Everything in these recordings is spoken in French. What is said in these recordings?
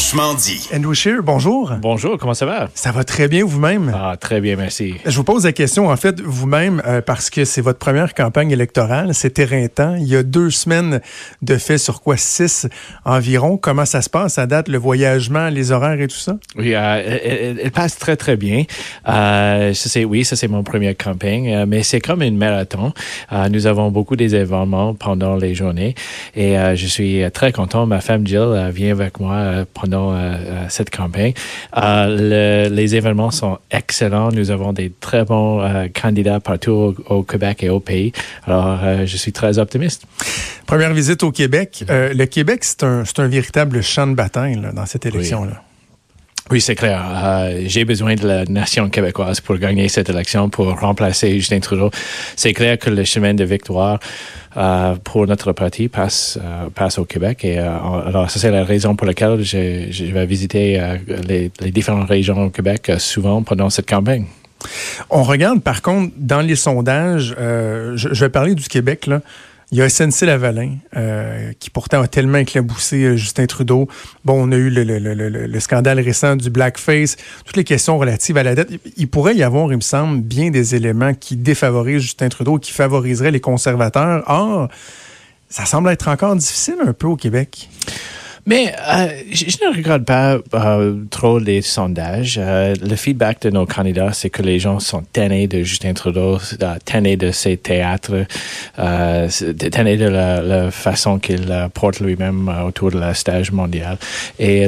Franchement dit. Andrew Scheer, bonjour. Bonjour, comment ça va? Ça va très bien vous-même? Ah, très bien, merci. Je vous pose la question, en fait, vous-même, parce que c'est votre première campagne électorale. C'est éreintant. Il y a 2 semaines de fait sur 6 environ. Comment ça se passe à date, le voyagement, les horaires et tout ça? Oui, elle passe très, très bien. Ça, c'est mon première campagne, mais c'est comme une marathon. Nous avons beaucoup d'événements pendant les journées et je suis très content. Ma femme Jill vient avec moi pendant cette campagne. Les événements sont excellents. Nous avons des très bons candidats partout au Québec et au pays. Alors, je suis très optimiste. Première visite au Québec. Le Québec, c'est un véritable champ de bataille là, dans cette élection-là. Oui, c'est clair. J'ai besoin de la nation québécoise pour gagner cette élection, pour remplacer Justin Trudeau. C'est clair que le chemin de victoire pour notre parti passe au Québec. Et alors, ça, c'est la raison pour laquelle je vais visiter les différentes régions au Québec souvent pendant cette campagne. On regarde, par contre, dans les sondages, je vais parler du Québec, là. Il y a SNC-Lavalin, qui pourtant a tellement éclaboussé Justin Trudeau. Bon, on a eu le scandale récent du blackface, toutes les questions relatives à la dette. Il pourrait y avoir, il me semble, bien des éléments qui défavorisent Justin Trudeau, qui favoriseraient les conservateurs. Or, ça semble être encore difficile un peu au Québec. Mais je ne regarde pas trop les sondages. Le feedback de nos candidats, c'est que les gens sont tannés de Justin Trudeau, tannés de ses théâtres, tannés de la façon qu'il porte lui-même autour de la stage mondiale. Et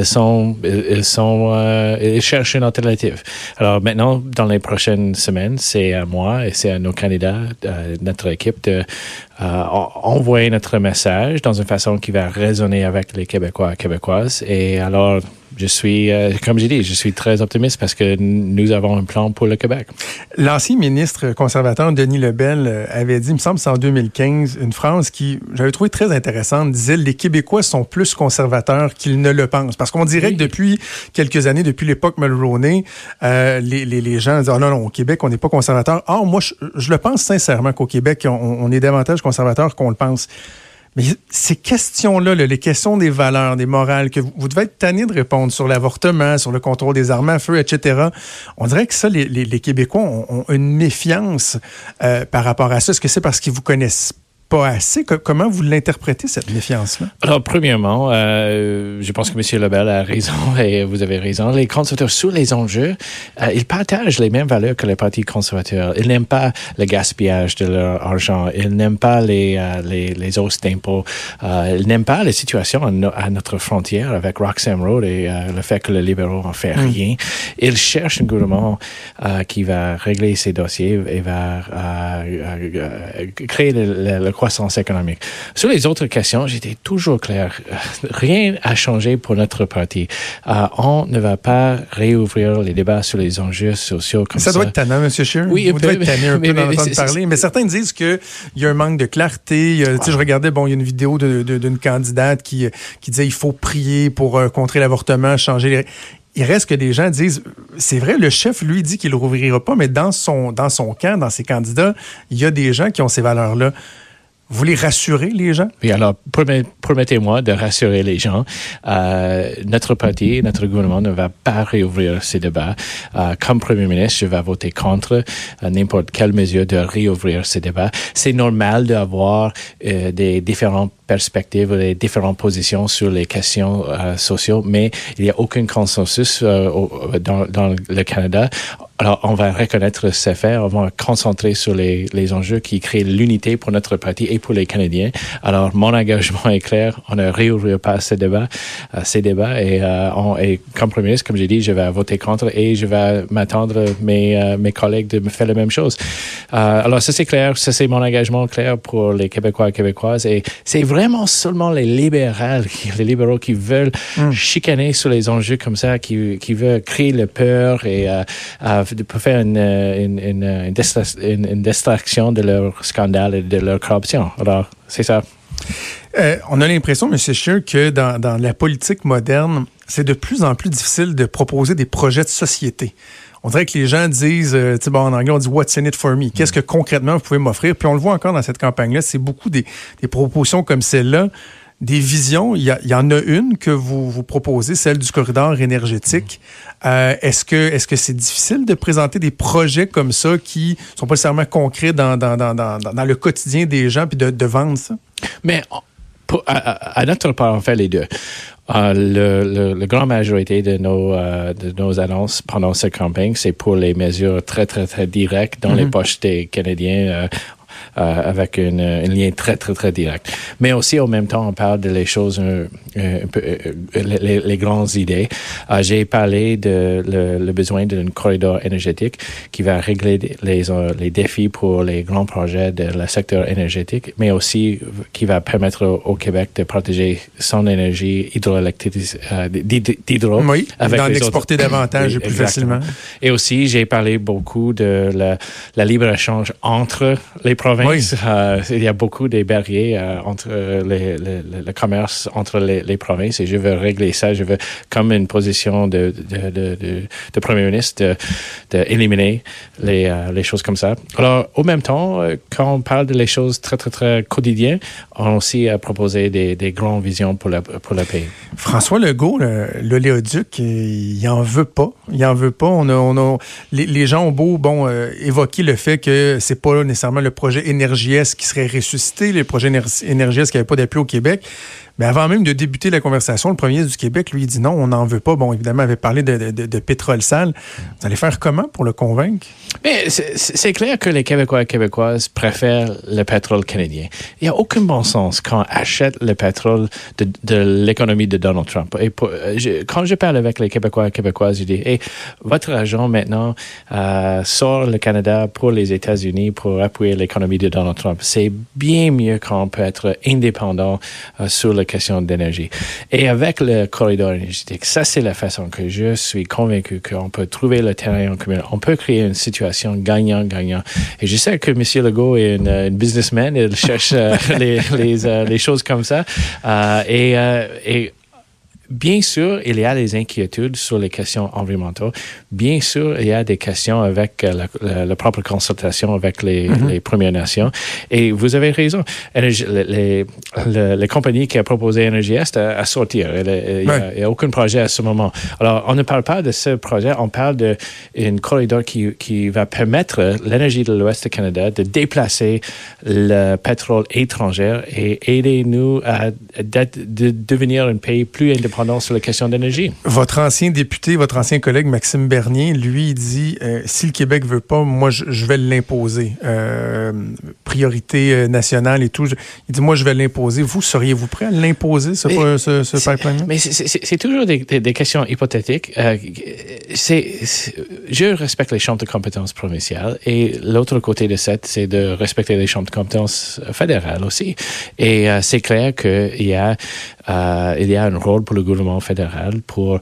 ils cherchent une alternative. Alors maintenant, dans les prochaines semaines, c'est à moi et c'est à nos candidats, notre équipe de envoyer notre message dans une façon qui va résonner avec les Québécois et Québécoises. Et alors, je suis, comme j'ai dit, je suis très optimiste parce que nous avons un plan pour le Québec. L'ancien ministre conservateur Denis Lebel avait dit, il me semble, c'est en 2015, une phrase qui, j'avais trouvé très intéressante, disait « Les Québécois sont plus conservateurs qu'ils ne le pensent ». Parce qu'on dirait que depuis quelques années, depuis l'époque Mulroney, les gens disent « non, au Québec, on n'est pas conservateur ». Or, moi, je le pense sincèrement qu'au Québec, on est davantage conservateur qu'on le pense. Mais ces questions-là, les questions des valeurs, des morales, que vous devez être tanné de répondre sur l'avortement, sur le contrôle des armes à feu, etc., on dirait que ça, les Québécois ont une méfiance par rapport à ça. Est-ce que c'est parce qu'ils vous connaissent pas assez? Comment vous l'interprétez, cette méfiance-là? Alors, premièrement, je pense que M. Lebel a raison et vous avez raison. Les conservateurs, sur les enjeux, ils partagent les mêmes valeurs que les partis conservateurs. Ils n'aiment pas le gaspillage de leur argent. Ils n'aiment pas les hausses d'impôts. Ils n'aiment pas les situations à notre frontière avec Roxham Road et le fait que les libéraux n'en font rien. Ils cherchent un gouvernement qui va régler ces dossiers et va créer le croissance économique. Sur les autres questions, j'étais toujours clair. Rien n'a changé pour notre parti. On ne va pas réouvrir les débats sur les enjeux sociaux comme ça. Ça doit être tannant, M. Scheer. Oui, vous devez être tanné un peu d'en entendre parler. Mais certains disent qu'il y a un manque de clarté. Je regardais, il y a une vidéo d'une candidate qui disait il faut prier pour contrer l'avortement, changer les... Il reste que des gens disent, c'est vrai, le chef, lui, dit qu'il ne rouvrira pas, mais dans son camp, dans ses candidats, il y a des gens qui ont ces valeurs-là. Vous voulez rassurer les gens? Oui, alors, promettez-moi de rassurer les gens. Notre parti, notre gouvernement ne va pas réouvrir ces débats. Comme Premier ministre, je vais voter contre n'importe quelle mesure de réouvrir ces débats. C'est normal d'avoir des différentes perspectives, des différentes positions sur les questions sociales, mais il n'y a aucun consensus dans le Canada. Alors, on va reconnaître ces faits, on va concentrer sur les enjeux qui créent l'unité pour notre parti et pour les Canadiens. Alors, mon engagement est clair, on ne réouvrira pas ces débats et comme Premier ministre, comme j'ai dit, je vais voter contre et je vais m'attendre mes collègues de me faire la même chose. Alors, ça c'est clair, ça c'est mon engagement clair pour les Québécois et Québécoises et c'est vraiment seulement les libéraux qui veulent chicaner sur les enjeux comme ça, qui veulent créer la peur et pour faire une distraction de leur scandale et de leur corruption. Alors, c'est ça. On a l'impression, M. Scheer, que dans la politique moderne, c'est de plus en plus difficile de proposer des projets de société. On dirait que les gens disent, en anglais, on dit « What's in it for me ». Qu'est-ce que concrètement vous pouvez m'offrir? Puis on le voit encore dans cette campagne-là, c'est beaucoup des propositions comme celle-là, des visions. Il y en a une que vous proposez, celle du corridor énergétique. Est-ce que c'est difficile de présenter des projets comme ça qui sont pas nécessairement concrets dans le quotidien des gens puis de vendre ça? Mais à notre part, on fait les deux. La grande majorité de nos annonces pendant cette campagne, c'est pour les mesures très, très, très directes dans les poches des Canadiens, avec une lien très, très, très direct. Mais aussi, en même temps, on parle de les choses un peu, les grandes idées. J'ai parlé de le besoin d'un corridor énergétique qui va régler les défis pour les grands projets de le secteur énergétique, mais aussi qui va permettre au Québec de protéger son énergie hydroélectrique, oui, avec d'en exporter davantage et plus facilement. Et aussi, j'ai parlé beaucoup de la libre-échange entre les provinces. Oui. Il y a beaucoup de barrières entre le commerce entre les provinces et je veux régler ça. Je veux, comme une position de Premier ministre, d'éliminer les choses comme ça. Alors, au même temps, quand on parle de les choses très, très, très quotidiennes, on aussi a proposé des grandes visions pour le pays. François Legault, l'oléoduc, il en veut pas. Il en veut pas. Les gens ont beau, évoquer le fait que c'est pas nécessairement le projet Énergie-Est qui serait ressuscité, le projet Énergie-Est qui n'avait pas d'appui au Québec. Mais avant même de débuter la conversation, le premier ministre du Québec, lui, il dit non, on n'en veut pas. Bon, évidemment, il avait parlé de pétrole sale. Vous allez faire comment pour le convaincre? Mais c'est clair que les Québécois et Québécoises préfèrent le pétrole canadien. Il n'y a aucun bon sens quand on achète le pétrole de l'économie de Donald Trump. Et quand je parle avec les Québécois et Québécoises, je dis, votre argent maintenant sort le Canada pour les États-Unis pour appuyer l'économie de Donald Trump. C'est bien mieux quand on peut être indépendant sur la question d'énergie. Et avec le corridor énergétique, ça, c'est la façon que je suis convaincu qu'on peut trouver le terrain en commun. On peut créer une situation gagnant-gagnant. Et je sais que M. Legault est une businessman, il cherche les choses comme ça. Et bien sûr, il y a des inquiétudes sur les questions environnementales. Bien sûr, il y a des questions avec la propre consultation avec les Premières Nations. Et vous avez raison. Les compagnies qui ont proposé Énergie-Est à sortir. Il n'y a aucun projet à ce moment. Alors, on ne parle pas de ce projet. On parle d'un corridor qui va permettre l'énergie de l'Ouest du Canada de déplacer le pétrole étranger et aider nous à devenir un pays plus indépendant sur la question d'énergie. Votre ancien député, votre ancien collègue Maxime Bernier, lui, il dit si le Québec veut pas, moi, je vais l'imposer. Priorité nationale et tout. Il dit, moi, je vais l'imposer. Vous, seriez-vous prêt à l'imposer, ce pipeline-là? Mais c'est toujours des questions hypothétiques. Je respecte les champs de compétences provinciales et l'autre côté de ça, c'est de respecter les champs de compétences fédérales aussi. Et c'est clair qu'il y a un rôle pour le gouvernement fédéral pour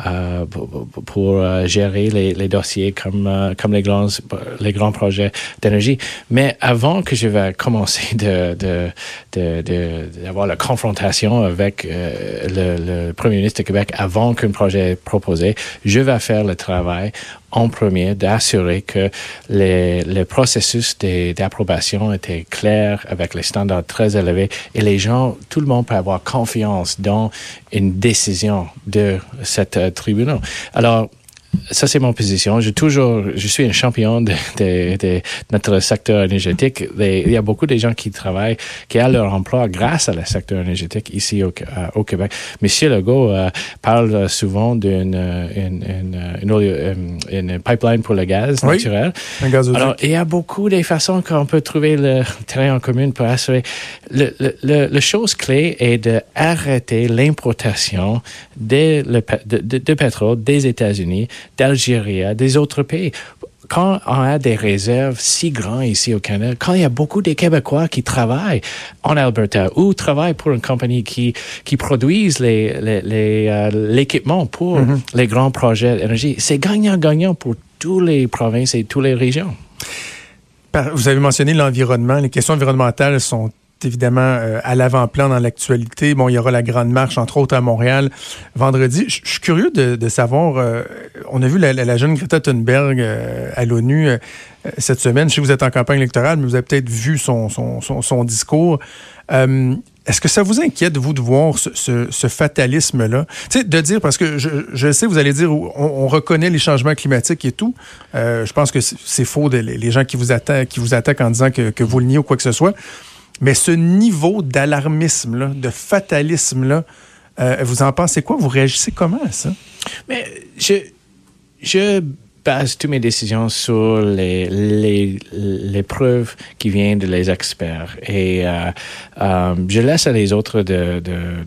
gérer les dossiers comme les grands projets d'énergie. Mais avant que je vais commencer d'avoir la confrontation avec le Premier ministre du Québec avant qu'un projet est proposé, je vais faire le travail en premier d'assurer que le processus d'approbation était clair avec les standards très élevés et tout le monde peut avoir confiance dans une décision de cette tribunal. Alors, ça, c'est mon position. Je suis un champion de notre secteur énergétique. Il y a beaucoup de gens qui travaillent, qui ont leur emploi grâce à le secteur énergétique ici au Québec. Monsieur Legault parle souvent d'une pipeline pour le gaz naturel. Un gazoduc. Alors, il y a beaucoup de façons qu'on peut trouver le terrain en commun pour assurer. La chose clé est d'arrêter l'importation de pétrole des États-Unis, d'Algérie, des autres pays. Quand on a des réserves si grandes ici au Canada, quand il y a beaucoup de Québécois qui travaillent en Alberta ou travaillent pour une compagnie qui produisent l'équipement pour les grands projets d'énergie, c'est gagnant-gagnant pour toutes les provinces et toutes les régions. Vous avez mentionné l'environnement. Les questions environnementales sont évidemment à l'avant-plan dans l'actualité. Bon, il y aura la grande marche, entre autres, à Montréal vendredi. Je suis curieux de savoir, on a vu la jeune Greta Thunberg à l'ONU cette semaine. Je sais que vous êtes en campagne électorale, mais vous avez peut-être vu son discours. Est-ce que ça vous inquiète, vous, de voir ce fatalisme-là? Tu sais, de dire, parce que je sais, vous allez dire, on reconnaît les changements climatiques et tout. Je pense que c'est faux, les gens qui vous attaquent en disant que vous le niez ou quoi que ce soit. Mais ce niveau d'alarmisme-là, de fatalisme-là, vous en pensez quoi? Vous réagissez comment à ça? Mais je base toutes mes décisions sur les preuves qui viennent des experts. Et je laisse à les autres de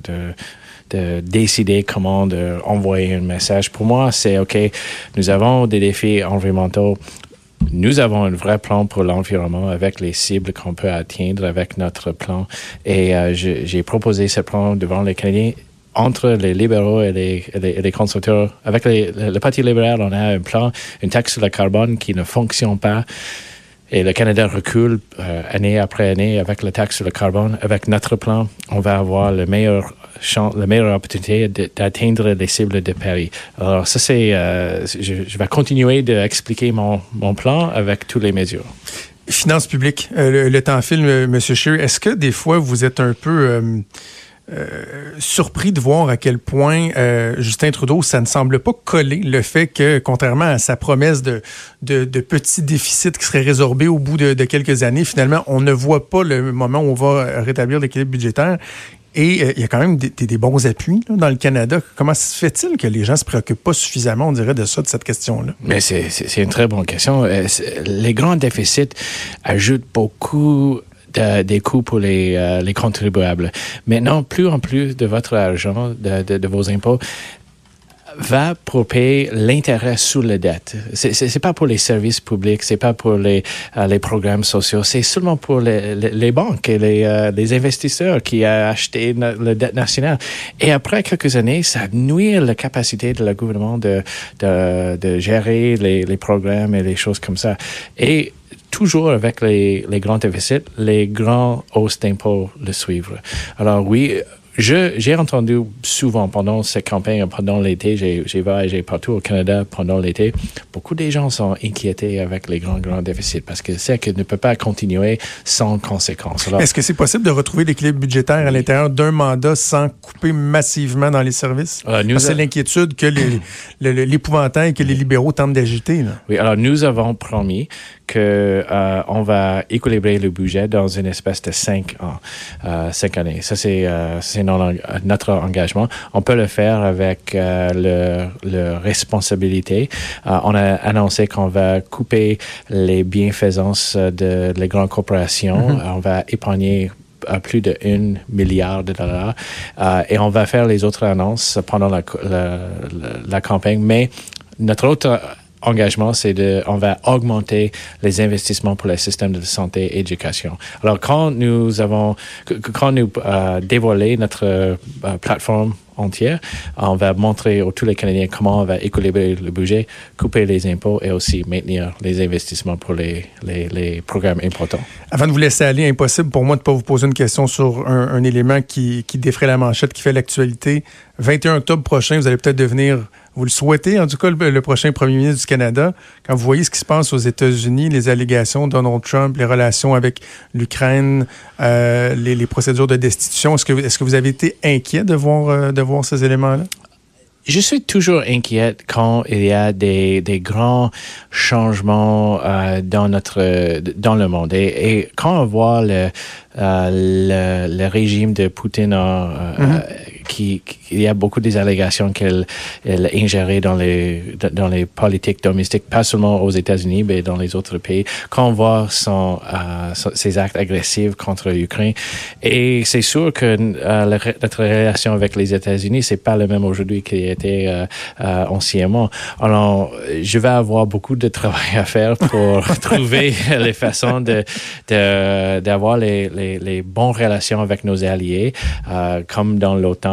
décider comment envoyer un message. Pour moi, c'est OK, nous avons des défis environnementaux. Nous avons un vrai plan pour l'environnement avec les cibles qu'on peut atteindre avec notre plan. Et j'ai proposé ce plan devant les Canadiens. Entre les libéraux et les conservateurs, avec le Parti libéral, on a un plan, une taxe sur le carbone qui ne fonctionne pas. Et le Canada recule année après année avec la taxe sur le carbone. Avec notre plan, on va avoir la meilleure opportunité d'atteindre les cibles de Paris. Alors ça, c'est... je vais continuer d'expliquer mon plan avec toutes les mesures. Finances publiques, le temps file, M. Scheer. Est-ce que des fois, vous êtes un peu... surpris de voir à quel point Justin Trudeau, ça ne semble pas coller le fait que, contrairement à sa promesse de petits déficits qui seraient résorbés au bout de quelques années, finalement, on ne voit pas le moment où on va rétablir l'équilibre budgétaire. Et il y a quand même des bons appuis là, dans le Canada. Comment se fait-il que les gens ne se préoccupent pas suffisamment, on dirait, de cette question-là? Mais c'est une très bonne question. Les grands déficits ajoutent beaucoup des coûts pour les contribuables. Maintenant, plus en plus de votre argent, de vos impôts, va pour payer l'intérêt sur la dette. C'est pas pour les services publics, c'est pas pour les programmes sociaux, c'est seulement pour les banques et les investisseurs qui ont acheté la dette nationale. Et après quelques années, ça nuit à la capacité de le gouvernement de gérer les programmes et les choses comme ça. Et toujours avec les grands déficits, les grands hausses d'impôts le suivent. Alors oui, j'ai entendu souvent pendant cette campagne, pendant l'été, j'ai voyagé partout au Canada pendant l'été, beaucoup de gens sont inquiétés avec les grands déficits parce que c'est que ne peut pas continuer sans conséquences. Alors, est-ce que c'est possible de retrouver l'équilibre budgétaire à l'intérieur d'un mandat sans couper massivement dans les services? C'est l'inquiétude que l'épouvantail que les libéraux tentent d'agiter. Là. Oui, alors nous avons promis qu'on va équilibrer le budget dans une espèce de 5 ans, 5 années. Ça, c'est notre engagement. On peut le faire avec le responsabilité. On a annoncé qu'on va couper les bienfaisances les grandes corporations. On va épargner plus de 1 milliard de dollars. Et on va faire les autres annonces pendant la campagne. Mais notre autre engagement, on va augmenter les investissements pour les systèmes de santé et d'éducation. Alors, quand nous dévoilons notre plateforme entière, on va montrer à tous les Canadiens comment on va équilibrer le budget, couper les impôts et aussi maintenir les investissements pour les programmes importants. Avant de vous laisser aller, impossible pour moi de ne pas vous poser une question sur un élément qui défraie la manchette, qui fait l'actualité. 21 octobre prochain, vous allez peut-être devenir, vous le souhaitez, en tout cas, le prochain premier ministre du Canada. Quand vous voyez ce qui se passe aux États-Unis, les allégations de Donald Trump, les relations avec l'Ukraine, les procédures de destitution, est-ce que vous avez été inquiet de voir ces éléments-là? Je suis toujours inquiet quand il y a des grands changements dans le monde. Et quand on voit le régime de Poutine il y a beaucoup des allégations qu'elle ingéré dans les politiques domestiques, pas seulement aux États-Unis, mais dans les autres pays. Quand on voit ses actes agressifs contre l'Ukraine, et c'est sûr que notre relation avec les États-Unis, c'est pas le même aujourd'hui qu'il était anciennement. Alors, je vais avoir beaucoup de travail à faire pour trouver les façons d'avoir les bonnes relations avec nos alliés, comme dans l'OTAN.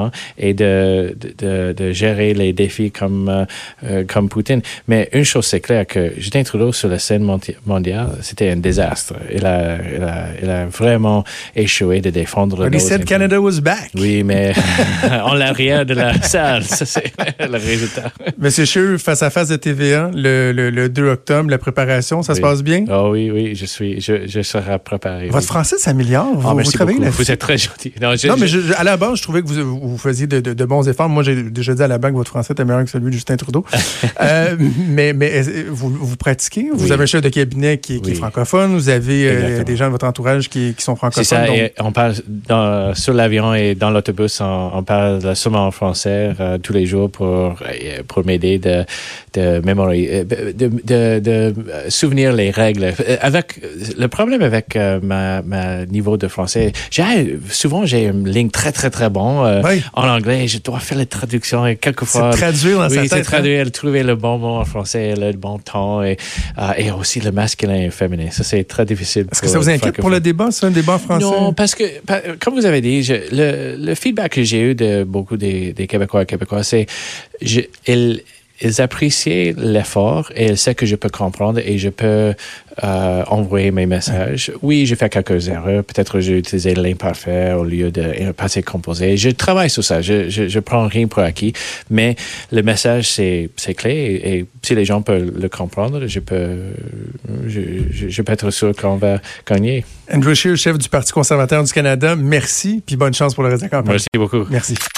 gens et de gérer les défis comme Poutine. Mais une chose c'est clair que Justin Trudeau sur la scène mondiale, c'était un désastre. Il a vraiment échoué de défendre He said Canada was back. Oui, mais en l'arrière de la salle, ça c'est le résultat. Monsieur Scheer, face à face de TVA, le 2 octobre, la préparation, ça se passe bien? Oh oui, je serai préparé. Votre français s'améliore. Vous travaillez là-dessus. Vous êtes très gentil. Non, mais à la base, je trouvais que vous faisiez de bons efforts. Moi, j'ai déjà dit à la banque que votre français était meilleur que celui de Justin Trudeau. mais vous pratiquez? Vous avez un chef de cabinet qui est francophone. Vous avez des gens de votre entourage qui sont francophones. C'est ça. Donc... Et on parle sur l'avion et dans l'autobus, on parle seulement en français tous les jours pour m'aider de mémoriser, de souvenir les règles. Le problème avec ma niveau de français, souvent j'ai une ligne très très très bon en anglais. Je dois faire les traductions et quelquefois c'est traduire dans sa tête. C'est traduire, trouver le bon mot en français, le bon ton et aussi le masculin et le féminin. Ça c'est très difficile. Est-ce que ça vous inquiète pour le débat, ça, un débat en français? Non, parce que comme vous avez dit, le feedback que j'ai eu de beaucoup des Québécois et Québécois, c'est ils appréciaient l'effort et ils savent que je peux comprendre et je peux envoyer mes messages. Oui, j'ai fait quelques erreurs. Peut-être j'ai utilisé l'imparfait au lieu de passé composé. Je travaille sur ça. Je prends rien pour acquis. Mais le message, c'est clé et si les gens peuvent le comprendre, je peux être sûr qu'on va gagner. Andrew Scheer, chef du Parti conservateur du Canada, merci puis bonne chance pour le reste de la campagne. Merci beaucoup. Merci.